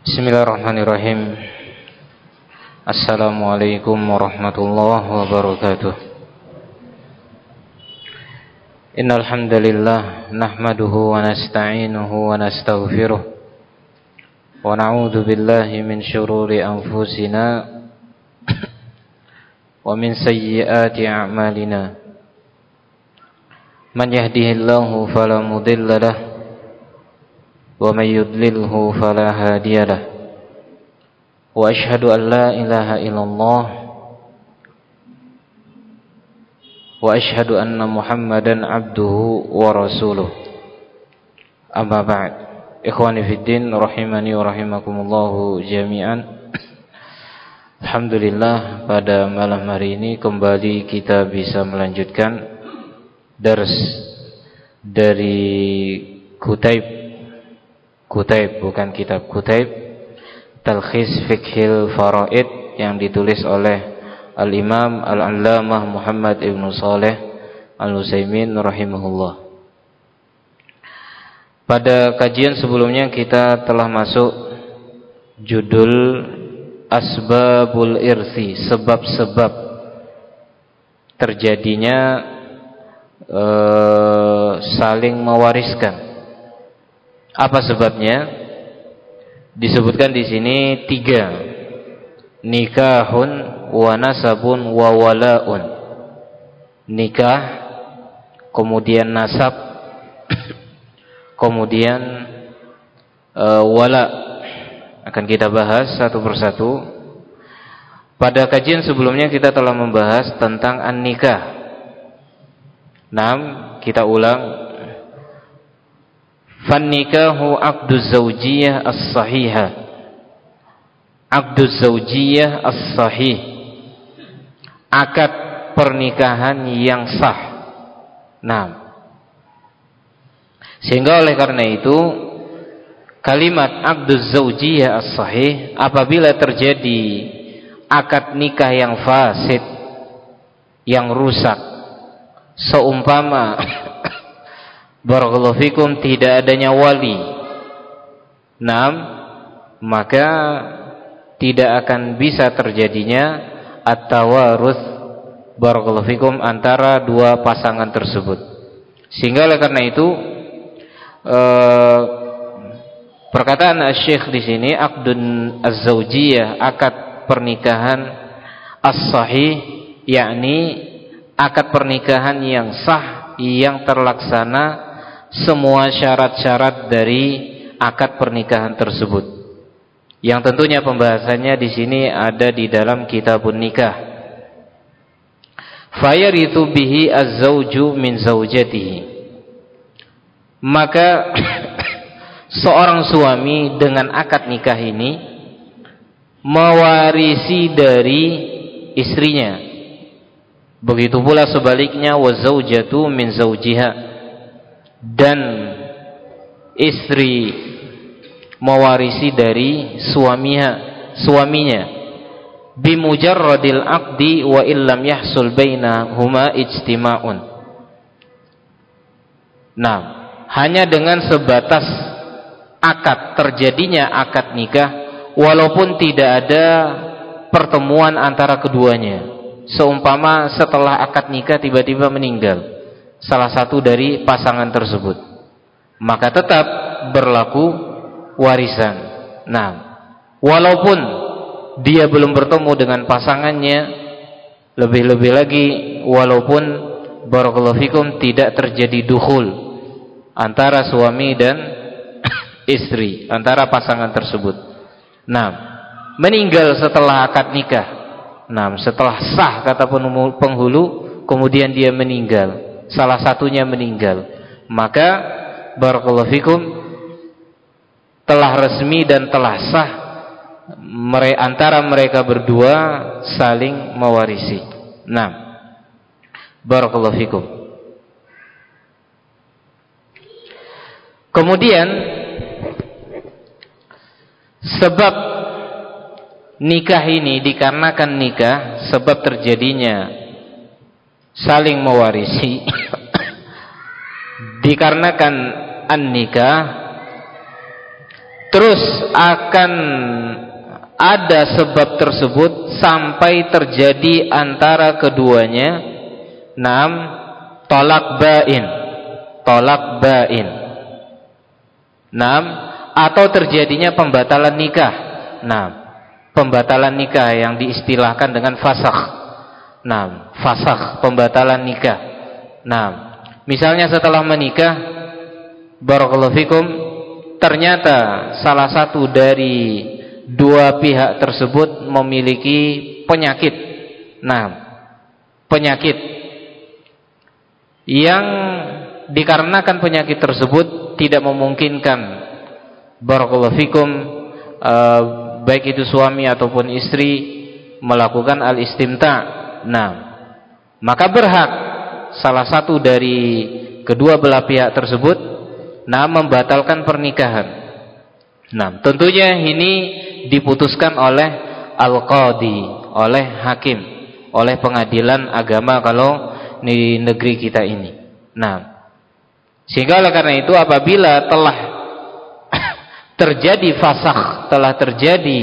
Bismillahirrahmanirrahim. Assalamualaikum warahmatullahi wabarakatuh. Innal hamdalillah nahmaduhu wa nasta'inuhu wa nastaghfiruh wa na'udzu billahi min shururi anfusina wa min sayyiati a'malina. Man yahdihillahu fala mudilla lahu wa may yudlilhu fala hadiya lahu. Wa asyhadu an la ilaha illallah wa asyhadu anna Muhammadan abduhu wa rasuluh. Amma ba'd. Ikhwani fid din rahimani wa rahimakumullah jami'an. Alhamdulillah, pada malam hari ini kembali kita bisa melanjutkan dars dari Kutaib, bukan kitab Kutaib, Talkhis Fiqhil Faraid, yang ditulis oleh Al-Imam Al-Allamah Muhammad Ibn Saleh Al-Utsaimin rahimahullah. Pada kajian sebelumnya kita telah masuk judul Asbabul Irsi, sebab-sebab terjadinya saling mewariskan. Apa sebabnya? Disebutkan di sini 3. Nikahun wa nasabun wa wala'un. Nikah, kemudian nasab, kemudian wala. Akan kita bahas satu persatu. Pada kajian sebelumnya kita telah membahas tentang an-nikah. Kita ulang. Fannikahu aqduz zawjiyah as-sahihah. Aqduz zawjiyah as-sahih, akad pernikahan yang sah. Sehingga oleh karena itu kalimat aqduz zawjiyah as-sahih, apabila terjadi akad nikah yang fasid, yang rusak, seumpama barakallahu fikum tidak adanya wali, maka tidak akan bisa terjadinya at-tawaruts barakallahu fikum antara dua pasangan tersebut. Sehingga oleh karena itu perkataan Syekh di sini aqdun az-zawjiyah, akad pernikahan as-sahih, yakni akad pernikahan yang sah, yang terlaksana semua syarat-syarat dari akad pernikahan tersebut, yang tentunya pembahasannya di sini ada di dalam kitabun nikah. Fayarithu bihi az-zawju min zawjatihi, maka seorang suami dengan akad nikah ini mewarisi dari istrinya. Begitu pula sebaliknya, wa zawjatu min zawjiha, dan istri mewarisi dari suaminya bimujarradil aqdi wa illam yahsul bainahuma ijtima'un. Hanya dengan sebatas akad, terjadinya akad nikah walaupun tidak ada pertemuan antara keduanya. Seumpama setelah akad nikah tiba-tiba meninggal salah satu dari pasangan tersebut, maka tetap berlaku warisan. Walaupun dia belum bertemu dengan pasangannya, lebih-lebih lagi walaupun barakallahu fikum tidak terjadi dukhul antara suami dan istri, antara pasangan tersebut. Meninggal setelah akad nikah, setelah sah kata penghulu, kemudian dia meninggal, salah satunya meninggal, maka barakallahu fikum telah resmi dan telah sah antara mereka berdua saling mewarisi. Barakallahu fikum. Kemudian sebab nikah ini dikarenakan nikah, sebab terjadinya saling mewarisi dikarenakan an-nikah terus akan ada sebab tersebut sampai terjadi antara keduanya tolak bain atau terjadinya pembatalan nikah. Pembatalan nikah yang diistilahkan dengan fasakh. Fasakh, pembatalan nikah. Misalnya setelah menikah, barakallahu fikum, ternyata salah satu dari dua pihak tersebut memiliki penyakit. Penyakit yang dikarenakan penyakit tersebut tidak memungkinkan, barakallahu fikum, baik itu suami ataupun istri melakukan al-istimta'. Maka berhak salah satu dari kedua belah pihak tersebut membatalkan pernikahan. Tentunya ini diputuskan oleh al-qadi, oleh hakim, oleh pengadilan agama kalau di negeri kita ini. Sehingga oleh karena itu apabila telah terjadi fasakh, telah terjadi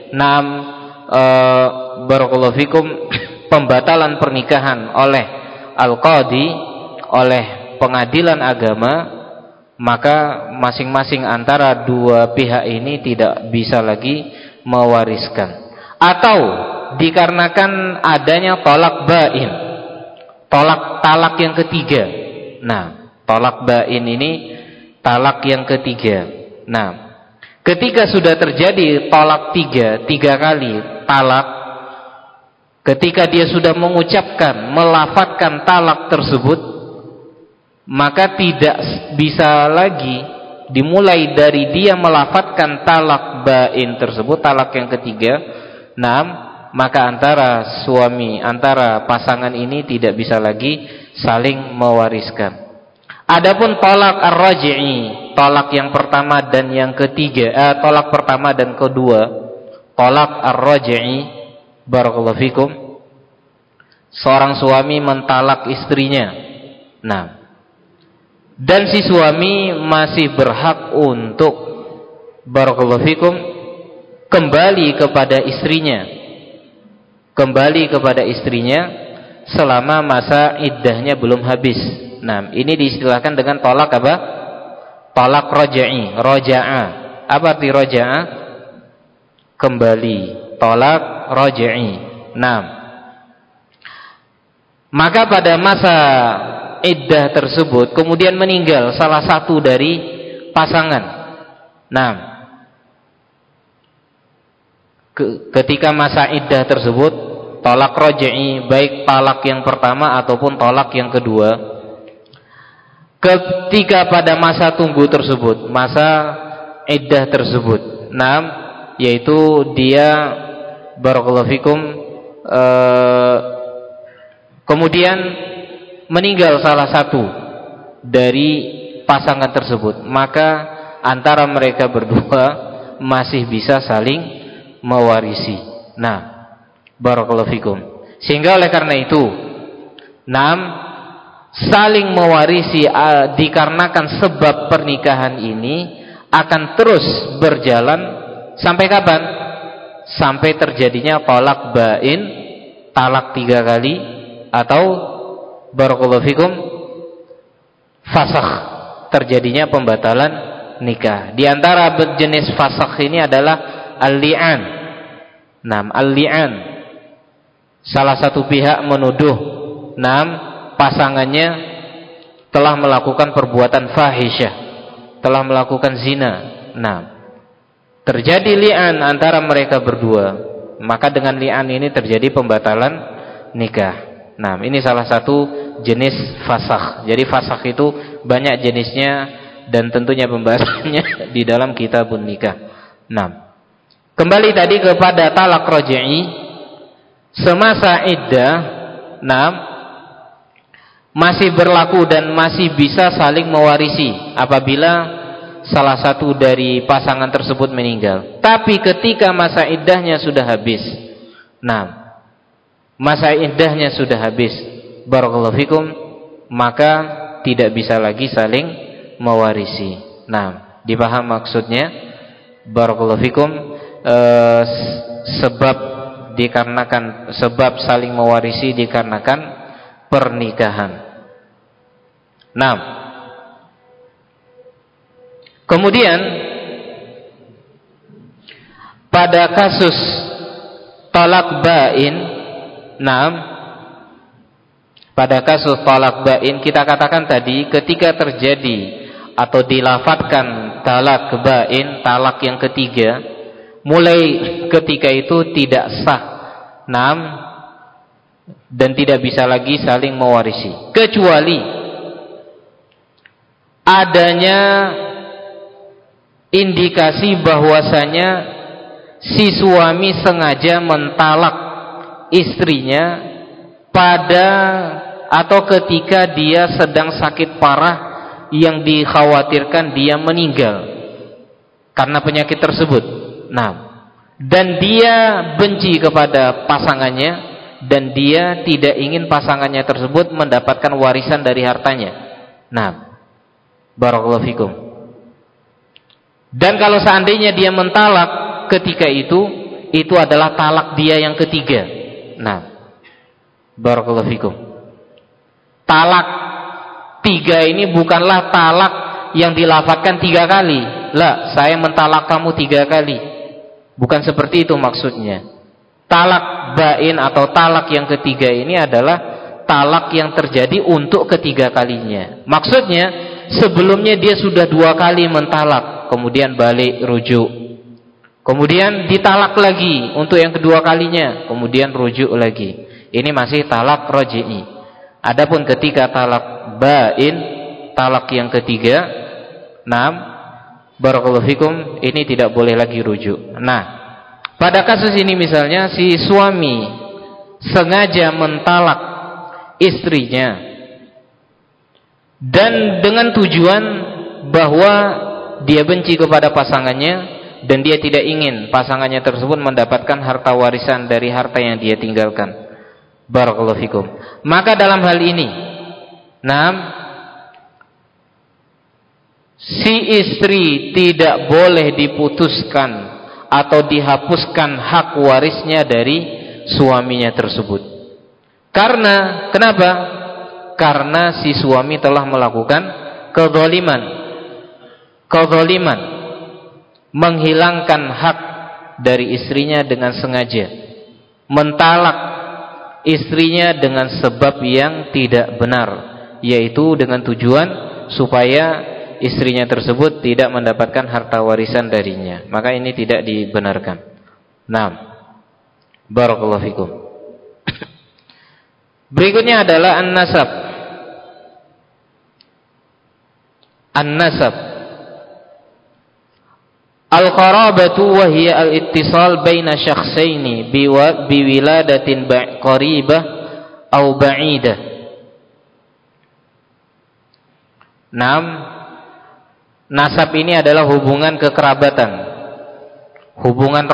barakallahu fikum, pembatalan pernikahan oleh al-qadi, oleh pengadilan agama, maka masing-masing antara dua pihak ini tidak bisa lagi mewariskan. Atau dikarenakan adanya tolak bain, talak yang ketiga. Tolak bain ini talak yang ketiga. Ketika sudah terjadi tolak tiga kali talak, ketika dia sudah mengucapkan, melafadzkan talak tersebut, maka tidak bisa lagi dimulai dari dia melafadzkan talak bain tersebut, talak yang ketiga. Maka antara suami, antara pasangan ini tidak bisa lagi saling mewariskan. Adapun tolak ar-raj'i, tolak yang pertama dan yang ketiga, tolak pertama dan kedua, tolak ar-raj'i, barakallahu fikum, seorang suami mentalak istrinya. Dan si suami masih berhak untuk, barakallahu fikum, kembali kepada istrinya selama masa iddahnya belum habis. Ini diistilahkan dengan tolak apa? Tolak raj'i, raja'a. Apa arti raja'a? Kembali. Tolak raj'i. Maka pada masa iddah tersebut kemudian meninggal salah satu dari pasangan. Ketika masa iddah tersebut, tolak raj'i, baik talak yang pertama ataupun tolak yang kedua, ketika pada masa tunggu tersebut, masa iddah tersebut, yaitu dia, barakallahu fikum, kemudian meninggal salah satu dari pasangan tersebut, maka antara mereka berdua masih bisa saling mewarisi. Barakallahu fikum. Sehingga oleh karena itu, saling mewarisi dikarenakan sebab pernikahan ini akan terus berjalan sampai kapan? Sampai terjadinya talak bain, talak 3 kali, atau barakallahu fikum, fasakh, terjadinya pembatalan nikah. Di antara jenis fasakh ini adalah al-li'an. Al-li'an, salah satu pihak menuduh pasangannya telah melakukan perbuatan fahisyah, telah melakukan zina. Terjadi li'an antara mereka berdua, maka dengan li'an ini terjadi pembatalan nikah. Ini salah satu jenis fasakh. Jadi fasakh itu banyak jenisnya dan tentunya pembahasannya di dalam kitabun nikah. Kembali tadi kepada talak raj'i, semasa iddah, masih berlaku dan masih bisa saling mewarisi apabila salah satu dari pasangan tersebut meninggal. Tapi ketika masa iddahnya sudah habis, masa iddahnya sudah habis, barakallahu fikum, maka tidak bisa lagi saling mewarisi. Dipaham maksudnya? Barakallahu fikum. Sebab saling mewarisi dikarenakan pernikahan. Nah, kemudian pada kasus talak bain, pada kasus talak bain kita katakan tadi, ketika terjadi atau dilafatkan talak bain, talak yang ketiga, mulai ketika itu tidak sah, dan tidak bisa lagi saling mewarisi, kecuali adanya indikasi bahwasanya si suami sengaja mentalak istrinya pada atau ketika dia sedang sakit parah yang dikhawatirkan dia meninggal karena penyakit tersebut. Dan dia benci kepada pasangannya dan dia tidak ingin pasangannya tersebut mendapatkan warisan dari hartanya. Barakallahu fikum. Dan kalau seandainya dia mentalak ketika itu adalah talak dia yang ketiga. Barakallahu fikum. Talak 3 ini bukanlah talak yang dilafadzkan 3 kali. Lah, saya mentalak kamu 3 kali. Bukan seperti itu maksudnya. Talak bain atau talak yang ketiga ini adalah talak yang terjadi untuk ketiga kalinya. Maksudnya sebelumnya dia sudah 2 kali mentalak, kemudian balik rujuk, kemudian ditalak lagi untuk yang kedua kalinya, kemudian rujuk lagi. Ini masih talak raj'i. Adapun ketika talak bain, talak yang ketiga, barakallahu fikum, ini tidak boleh lagi rujuk. Pada kasus ini misalnya si suami sengaja mentalak istrinya dan dengan tujuan bahwa dia benci kepada pasangannya dan dia tidak ingin pasangannya tersebut mendapatkan harta warisan dari harta yang dia tinggalkan. Barakallahu fikum. Maka dalam hal ini, si istri tidak boleh diputuskan atau dihapuskan hak warisnya dari suaminya tersebut. Karena kenapa? Karena si suami telah melakukan kezaliman, menghilangkan hak dari istrinya dengan sengaja, mentalak istrinya dengan sebab yang tidak benar, yaitu dengan tujuan supaya istrinya tersebut tidak mendapatkan harta warisan darinya. Maka ini tidak dibenarkan. Barakallahu fikum. Berikutnya adalah an-nasab. An-nasab al-qarabatu wa hiya al-ittisal baina syakhsaini biwiladatin qaribah aw ba'idah. Nasab ini adalah hubungan kekerabatan, hubungan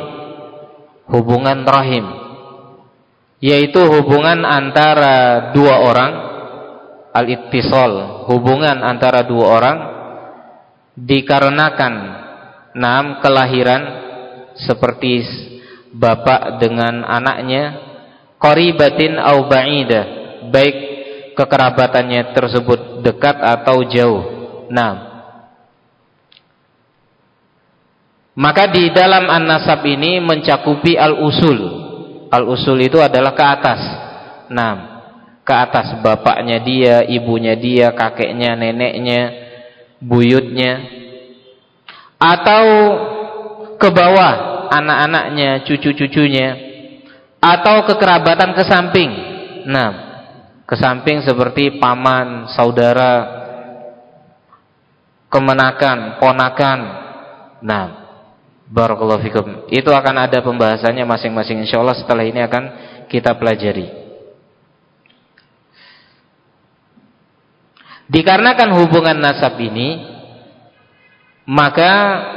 rahim, yaitu hubungan antara 2 orang, al-ittisal, hubungan antara 2 orang dikarenakan kelahiran, seperti bapak dengan anaknya, qaribatin au ba'idah, baik kekerabatannya tersebut dekat atau jauh. Maka di dalam an-nasab ini mencakupi al-usul. Al-usul itu adalah ke atas. Ke atas, bapaknya dia, ibunya dia, kakeknya, neneknya, buyutnya, atau ke bawah, anak-anaknya, cucu-cucunya, atau kekerabatan ke samping. Ke samping seperti paman, saudara, kemenakan, ponakan. Barakallahu fikum. Itu akan ada pembahasannya masing-masing, insyaallah setelah ini akan kita pelajari. Dikarenakan hubungan nasab ini, maka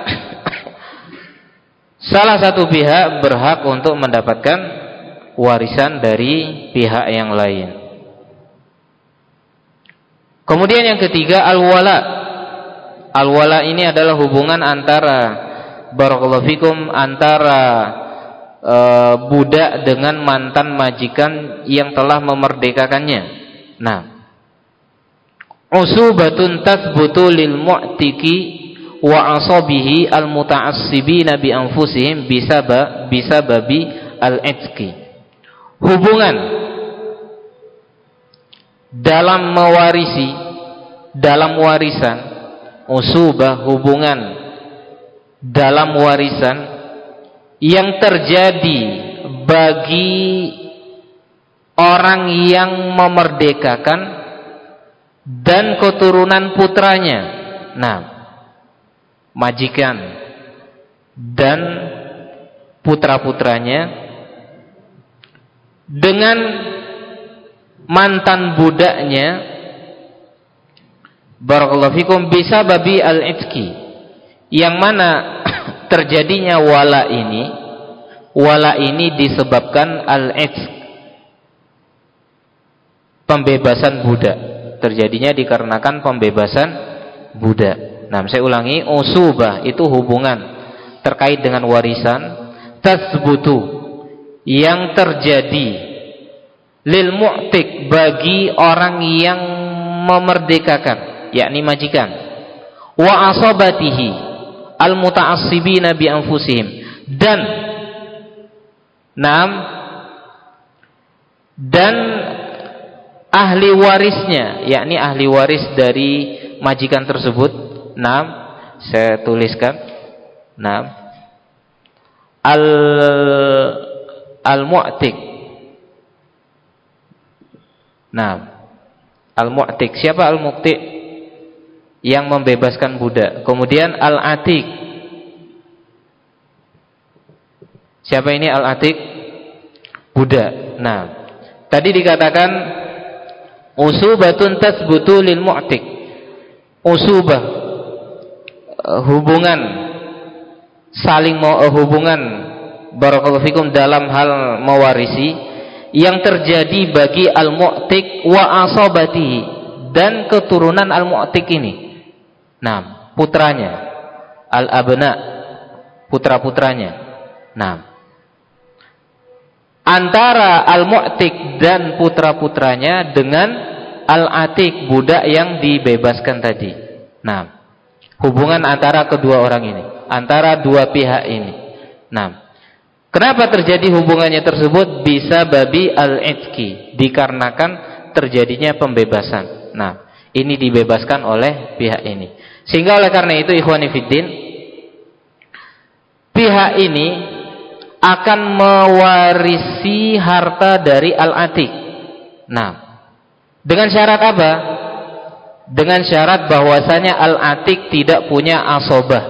salah satu pihak berhak untuk mendapatkan warisan dari pihak yang lain. Kemudian yang ketiga, al-wala. Al-wala ini adalah hubungan antara barakallahu fikum antara budak dengan mantan majikan yang telah memerdekakannya. Nah, usubatun tathbutu lil mu'tiki wa asabihi al muta'assibina bi anfusihim bisababi al-'itqi. Hubungan dalam mewarisi, dalam warisan, usubah hubungan dalam warisan yang terjadi bagi orang yang memerdekakan dan keturunan putranya. Nah, majikan dan putra-putranya dengan mantan budaknya, barakallahu fikum, bisa babi al-'itqi, yang mana terjadinya wala ini disebabkan al-'itq, pembebasan budak. Terjadinya dikarenakan pembebasan budak. Nah, saya ulangi, usubah itu hubungan terkait dengan warisan, tasbutu yang terjadi lil mu'tik bagi orang yang memerdekakan, yakni majikan, wa asabatihi al muta'assibina bi anfusihim, dan ahli warisnya, yakni ahli waris dari majikan tersebut. Saya tuliskan al-mu'tik. Al-mu'tik, siapa al-mu'tik? Yang membebaskan budak. Kemudian al-atik, siapa ini al-atik? Budak. Tadi dikatakan usubatun tathbutu lil mu'tik. Usubah, hubungan saling hubungan, barakallahu fikum, dalam hal mewarisi yang terjadi bagi al-mu'tik wa asabatihi, dan keturunan al-mu'tik ini. Putranya, al-abna, putra-putranya. Antara al-mu'tik dan putra-putranya dengan al-atik, budak yang dibebaskan tadi. Hubungan antara kedua orang ini, antara dua pihak ini. Kenapa terjadi hubungannya tersebut? Bisa babi al-'itqi, dikarenakan terjadinya pembebasan. Ini dibebaskan oleh pihak ini. Sehingga oleh karena itu, ikhwani fiddin, pihak ini akan mewarisi harta dari al-atik. Dengan syarat apa? Dengan syarat bahwasanya al-atik tidak punya asobah.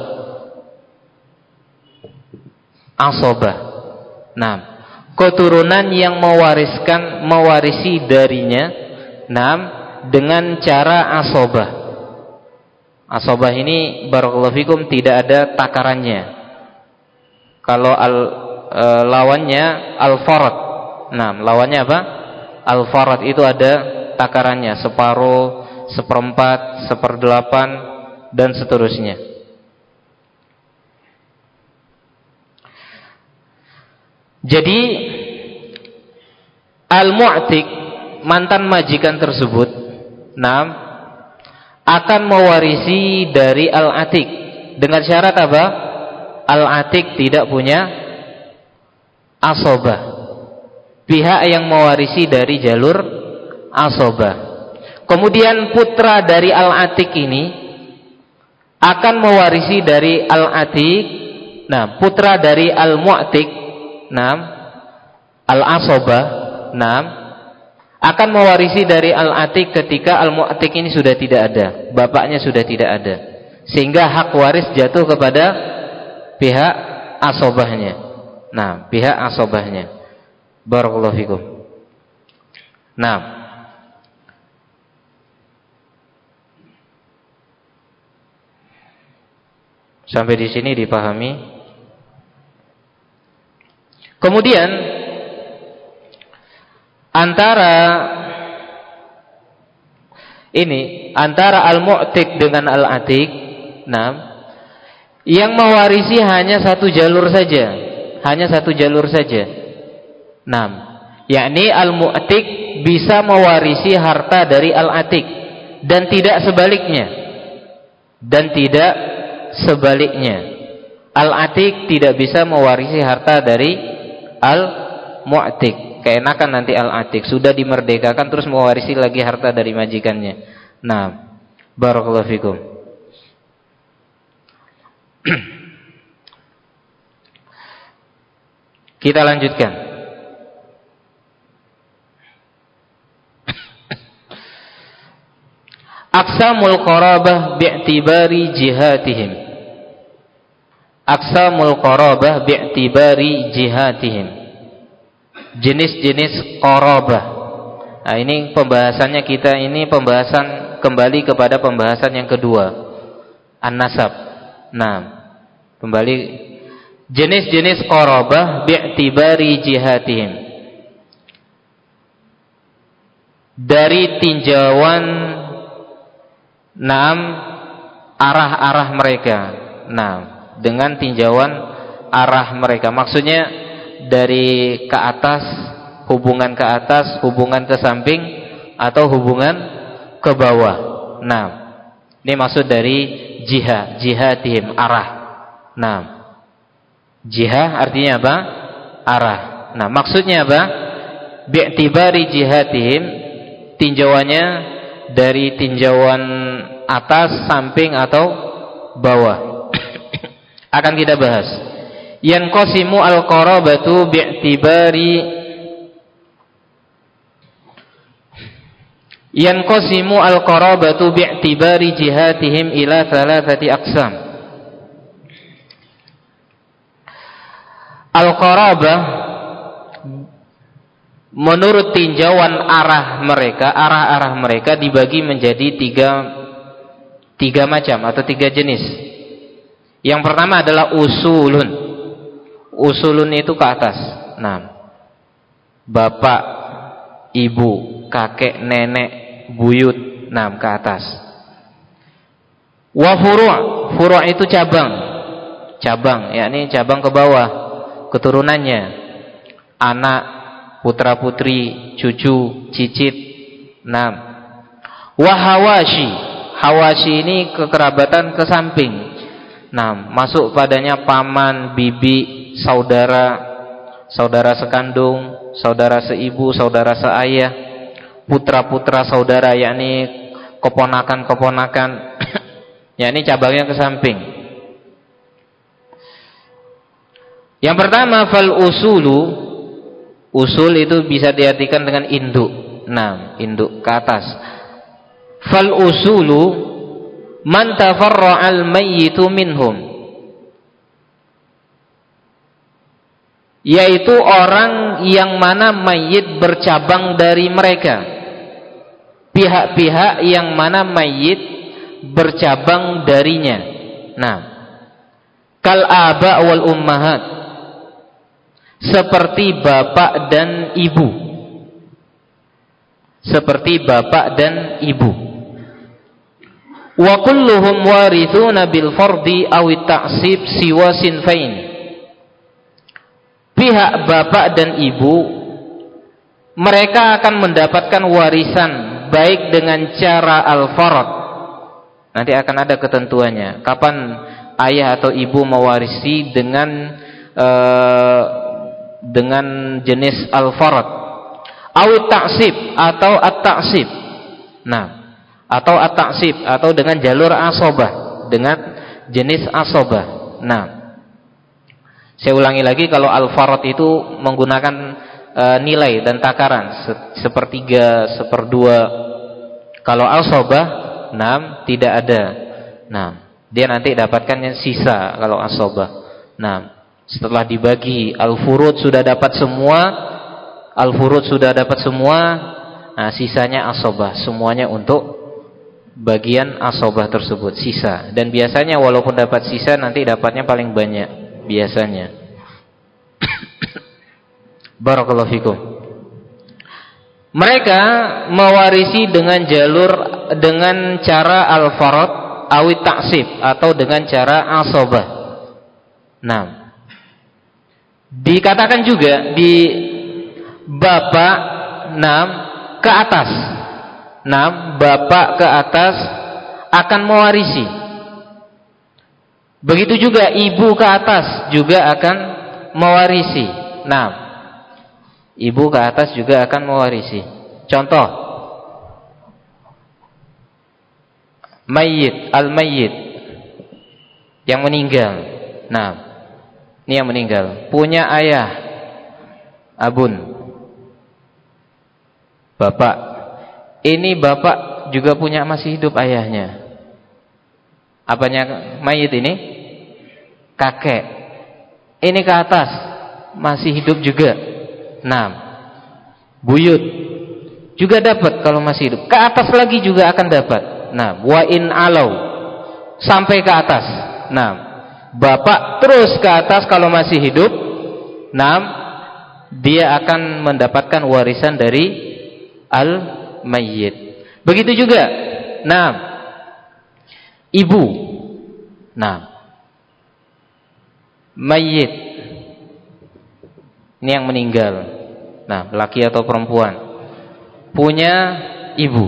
Keturunan yang mewarisi darinya, dengan cara asobah. Asobah ini, barakallahu fikum, tidak ada takarannya. Kalau lawannya al-farad. Lawannya apa? Al-farad itu ada takarannya, separuh, seperempat, seperdelapan, dan seterusnya. Jadi al-mu'tik, mantan majikan tersebut, akan mewarisi dari al-atik dengan syarat apa? Al-atik tidak punya asobah, pihak yang mewarisi dari jalur asobah. Kemudian putra dari al-atik ini akan mewarisi dari al-atik. Putra dari al-mu'tik, al-asobah, akan mewarisi dari al-atik ketika al-mu'tik ini sudah tidak ada, bapaknya sudah tidak ada, sehingga hak waris jatuh kepada pihak asobahnya. Pihak asobahnya. Barakallahu fikum. Sampai di sini dipahami. Kemudian antara antara al-mu'tik dengan al-atik, Yang mewarisi hanya satu jalur saja, hanya satu jalur saja. Yakni al-mu'tik bisa mewarisi harta dari al-atik dan tidak sebaliknya. Dan tidak sebaliknya. Al-atik tidak bisa mewarisi harta dari al-mu'tik. Keenakan nanti al-atik sudah dimerdekakan terus mewarisi lagi harta dari majikannya. Barakallahu fikum. Kita lanjutkan. Aqsamul qarabah bi'tibari jihatihim. Aqsamul qarabah bi'tibari jihatihim. Jenis-jenis qarabah. Nah, ini pembahasannya kita ini pembahasan kembali kepada pembahasan yang kedua, an-nasab. Kembali jenis-jenis qarabah bi'tibari jihatihim. Dari tinjauan arah-arah mereka. Dengan tinjauan arah mereka. Maksudnya dari ke atas, hubungan ke atas, hubungan ke samping, atau hubungan ke bawah. Ini maksud dari jihatihim, arah. Jihah artinya apa? Arah. Maksudnya apa? Bi'tibari jihatihim, tinjauannya dari tinjauan atas, samping, atau bawah. Akan kita bahas. Yanqasimu al-qarabatu bi'tibari jihatihim ila thalathati aqsam. Al-qarabah menurut tinjauan arah-arah mereka dibagi menjadi tiga macam atau tiga jenis. Yang pertama adalah usulun. Usulun itu ke atas. Bapak, ibu, kakek, nenek, buyut, ke atas. Wa furu' itu cabang, yakni cabang ke bawah, keturunannya, anak, putra putri, cucu, cicit. Wa hawashi ini kekerabatan ke samping. Masuk padanya paman, bibi, saudara sekandung, saudara seibu, saudara seayah, putra-putra saudara, yakni keponakan-keponakan. Yakni cabangnya ke samping. Yang pertama fal usulu. Usul itu bisa diartikan dengan induk. Induk ke atas. Fal usulu man tafarra'al mayyitu minhum, yaitu orang yang mana mayit bercabang dari mereka. Pihak-pihak yang mana mayit bercabang darinya. Kal aba wal ummahat, seperti bapak dan ibu. Seperti bapak dan ibu. Wa kulluhum warithuna bil fardi aw ta'sib siwa sinfain. Pihak bapak dan ibu mereka akan mendapatkan warisan baik dengan cara al-farad. Nanti akan ada ketentuannya kapan ayah atau ibu mewarisi dengan jenis al-farad, aw ta'sib atau at-ta'sib. Atau at-ta'sib atau dengan jalur asobah, dengan jenis asobah. Saya ulangi lagi, kalau al-farad itu menggunakan nilai dan takaran sepertiga, seperdua. Kalau asobah tidak ada. Dia nanti dapatkannya sisa kalau asobah. Setelah dibagi al-furud sudah dapat semua, sisanya asobah, semuanya untuk bagian asobah tersebut, sisa. Dan biasanya walaupun dapat sisa, nanti dapatnya paling banyak biasanya. Barakallahu fikum. Mereka mewarisi dengan cara al-farad awit ta'sib atau dengan cara asobah. Nah, dikatakan juga di bapak ke atas. Bapak ke atas akan mewarisi. Begitu juga ibu ke atas juga akan mewarisi. Ibu ke atas juga akan mewarisi. Contoh, al-mayyit yang meninggal. Ini yang meninggal punya ayah, abun, bapak. Ini bapak juga punya masih hidup ayahnya. Apanya mayit ini? Kakek. Ini ke atas masih hidup juga. Buyut juga dapat kalau masih hidup. Ke atas lagi juga akan dapat. Wa in alau, sampai ke atas. Bapak terus ke atas kalau masih hidup. Dia akan mendapatkan warisan dari al-mayyit. Begitu juga ibu. Mayyit ini yang meninggal. Laki atau perempuan punya ibu,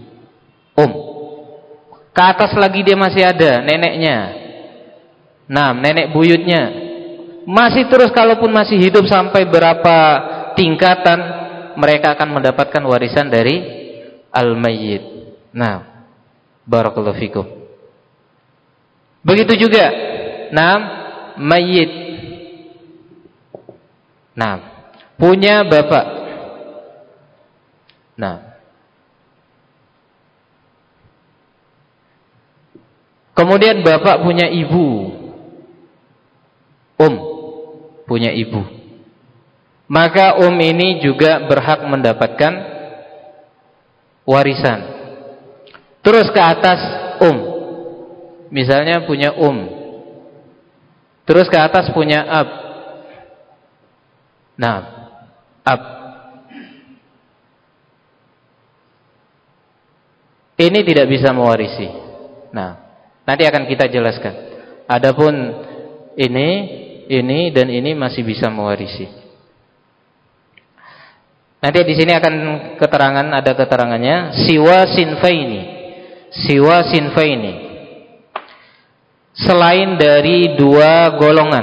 ke atas lagi dia masih ada neneknya. Nenek buyutnya masih terus, kalaupun masih hidup sampai berapa tingkatan, mereka akan mendapatkan warisan dari al-mayyit. Barakallahu fikum. Begitu juga mayyit. Punya bapak. Kemudian bapak punya ibu. Punya ibu. Maka ini juga berhak mendapatkan warisan. Terus ke atas misalnya punya terus ke atas punya ab. Ini tidak bisa mewarisi. Nanti akan kita jelaskan. Adapun ini dan ini masih bisa mewarisi. Nanti di sini akan ada keterangannya. Siwa sinfaini. Selain dari dua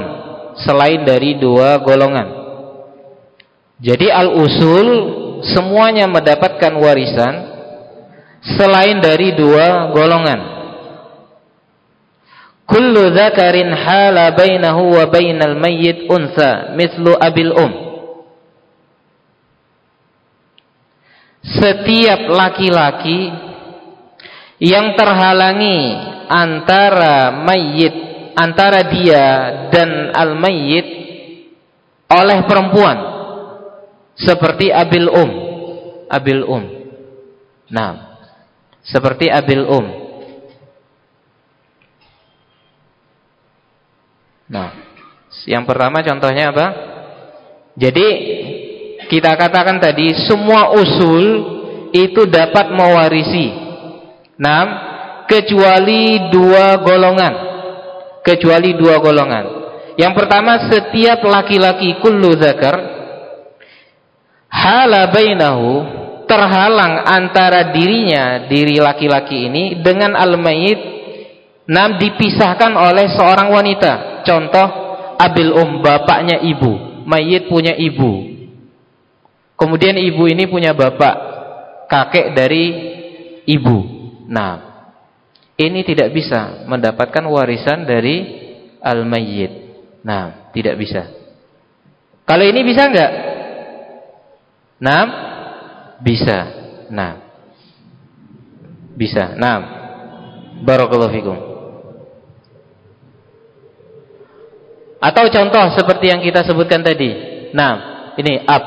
golongan. Jadi al-usul semuanya mendapatkan warisan selain dari dua golongan. Kullu dzakarin hala bainahu wa bainal mayyit unsa mithlu abil Setiap laki-laki yang terhalangi antara dia dan al-mayyit oleh perempuan, seperti abil seperti abil yang pertama contohnya apa? Jadi kita katakan tadi semua usul itu dapat mewarisi. Kecuali dua golongan. Yang pertama, setiap laki-laki kullu dzakar hala bainahu, terhalang antara diri laki-laki ini dengan al-mayyit, dipisahkan oleh seorang wanita. Contoh abil bapaknya ibu, mayit punya ibu. Kemudian ibu ini punya bapak, kakek dari ibu. Ini tidak bisa mendapatkan warisan dari al-mayyit. Tidak bisa. Kalau ini bisa enggak? Bisa. Bisa. Barakallahu fikum. Atau contoh seperti yang kita sebutkan tadi. Ini ab.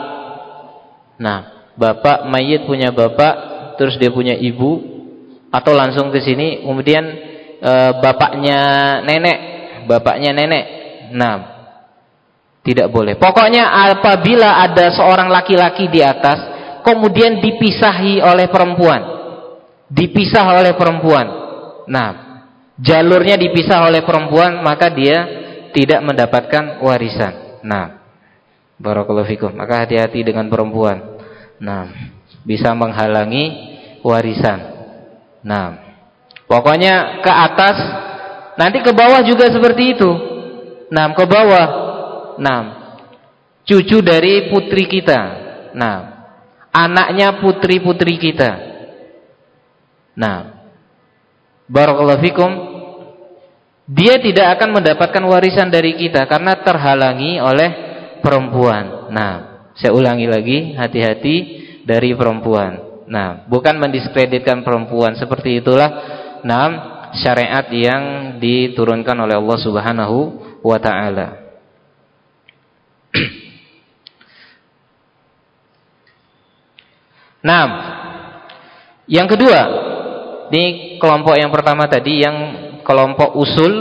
Bapak mayit punya bapak, terus dia punya ibu, atau langsung ke sini, kemudian bapaknya nenek. Tidak boleh. Pokoknya apabila ada seorang laki-laki di atas, kemudian dipisah oleh perempuan. Jalurnya dipisah oleh perempuan, maka dia tidak mendapatkan warisan. Nah, barakallahu fikum. Maka hati-hati dengan perempuan. Nah, bisa menghalangi warisan. Nah, pokoknya ke atas, nanti ke bawah juga seperti itu. Nah, ke bawah. Nah, cucu dari putri kita. Nah, anaknya putri-putri kita. Nah, barakallahu fikum, dia tidak akan mendapatkan warisan dari kita karena terhalangi oleh perempuan. Nah, saya ulangi lagi, hati-hati dari perempuan. Nah, bukan mendiskreditkan perempuan, seperti itulah syariat yang diturunkan oleh Allah Subhanahu wa taala. Nah, yang kedua, ini kelompok yang pertama tadi, yang kelompok usul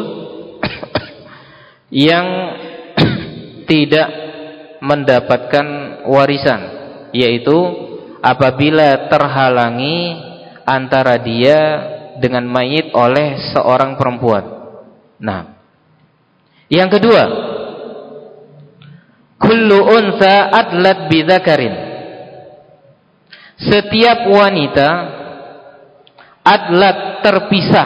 yang tidak mendapatkan warisan, yaitu apabila terhalangi antara dia dengan mayit oleh seorang perempuan. Nah, yang kedua, kullu unsa adlat bidzakarin. Setiap wanita adlat terpisah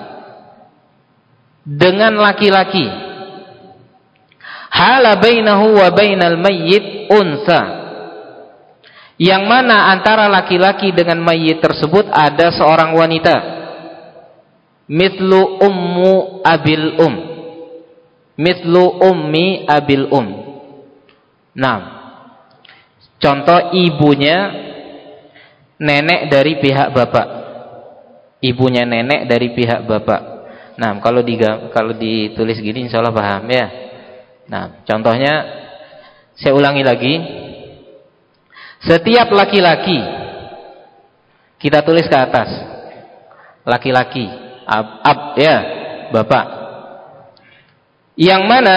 dengan laki-laki, hala bainahu wa bainal mayyit unsa, yang mana antara laki-laki dengan mayit tersebut ada seorang wanita, mithlu ummu abil mithlu ummi abil Nah, contoh ibunya nenek dari pihak bapak, ibunya nenek dari pihak bapak. Nah, kalau ditulis gini insyaallah paham ya. Nah, contohnya saya ulangi lagi. Setiap laki-laki, kita tulis ke atas, laki-laki, ya, bapak, yang mana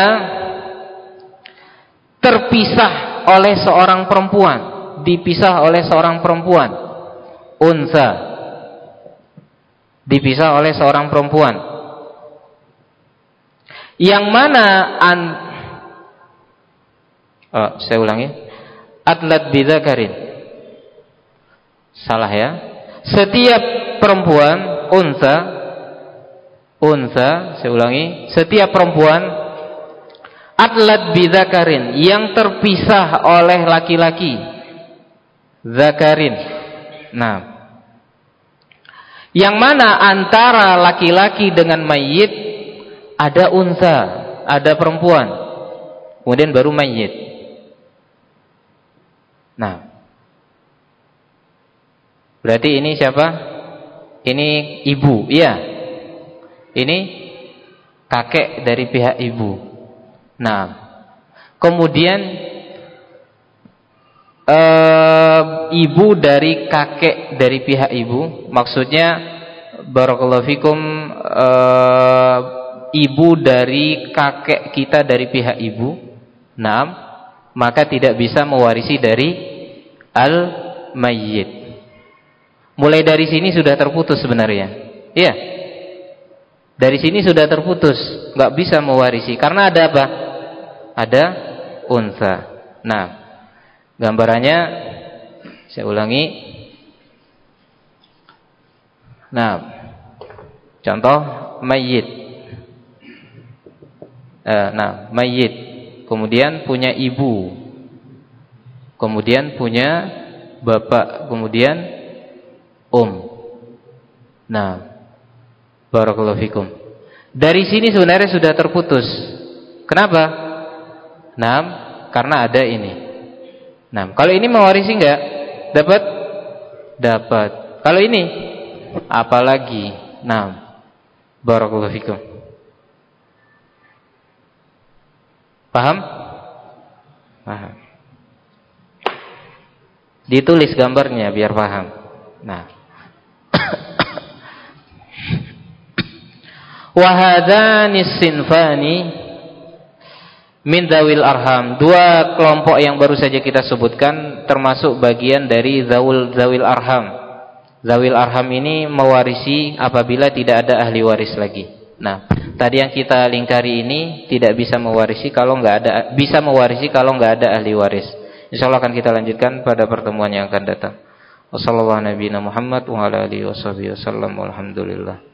terpisah oleh seorang perempuan, dipisah oleh seorang perempuan, unsa, dipisah oleh seorang perempuan, yang mana saya ulangi, adlat bidzakarin, salah ya. Setiap perempuan unsa, saya ulangi, setiap perempuan adlat bidzakarin, yang terpisah oleh laki-laki, zakarin. Nah, yang mana antara laki-laki dengan mayit ada unsa, ada perempuan, kemudian baru mayit. Nah, berarti ini siapa? Ini ibu, iya. Ini kakek dari pihak ibu. Nah, kemudian ibu dari kakek dari pihak ibu, maksudnya barakallahu fikum, ibu dari kakek kita dari pihak ibu. Nah, maka tidak bisa mewarisi dari al-mayyit. Mulai dari sini sudah terputus sebenarnya. Iya. Dari sini sudah terputus, nggak bisa mewarisi karena ada apa? Ada unsa. Nah, gambarannya saya ulangi. Nah, contoh mayyit. Mayyit. Kemudian punya ibu. Kemudian punya bapak. Kemudian Nah, barakallahu fikum. Dari sini sebenarnya sudah terputus. Kenapa? Nah, karena ada ini. Nah, kalau ini mewarisi enggak? Dapat? Dapat. Kalau ini apalagi? Nah, barakallahu fikum. Paham? Paham. Ditulis gambarnya biar paham. Nah, wahadanis sinfani min dzawil arham. Dua kelompok yang baru saja kita sebutkan termasuk bagian dari zawil arham. Zawil arham ini mewarisi apabila tidak ada ahli waris lagi. Nah, Tadi yang kita lingkari ini tidak bisa mewarisi kalau nggak ada, bisa mewarisi kalau nggak ada ahli waris. Insyaallah akan kita lanjutkan pada pertemuan yang akan datang. Wassallallahu nabiyana Muhammad wa ala alihi wasallam. Walhamdulillah.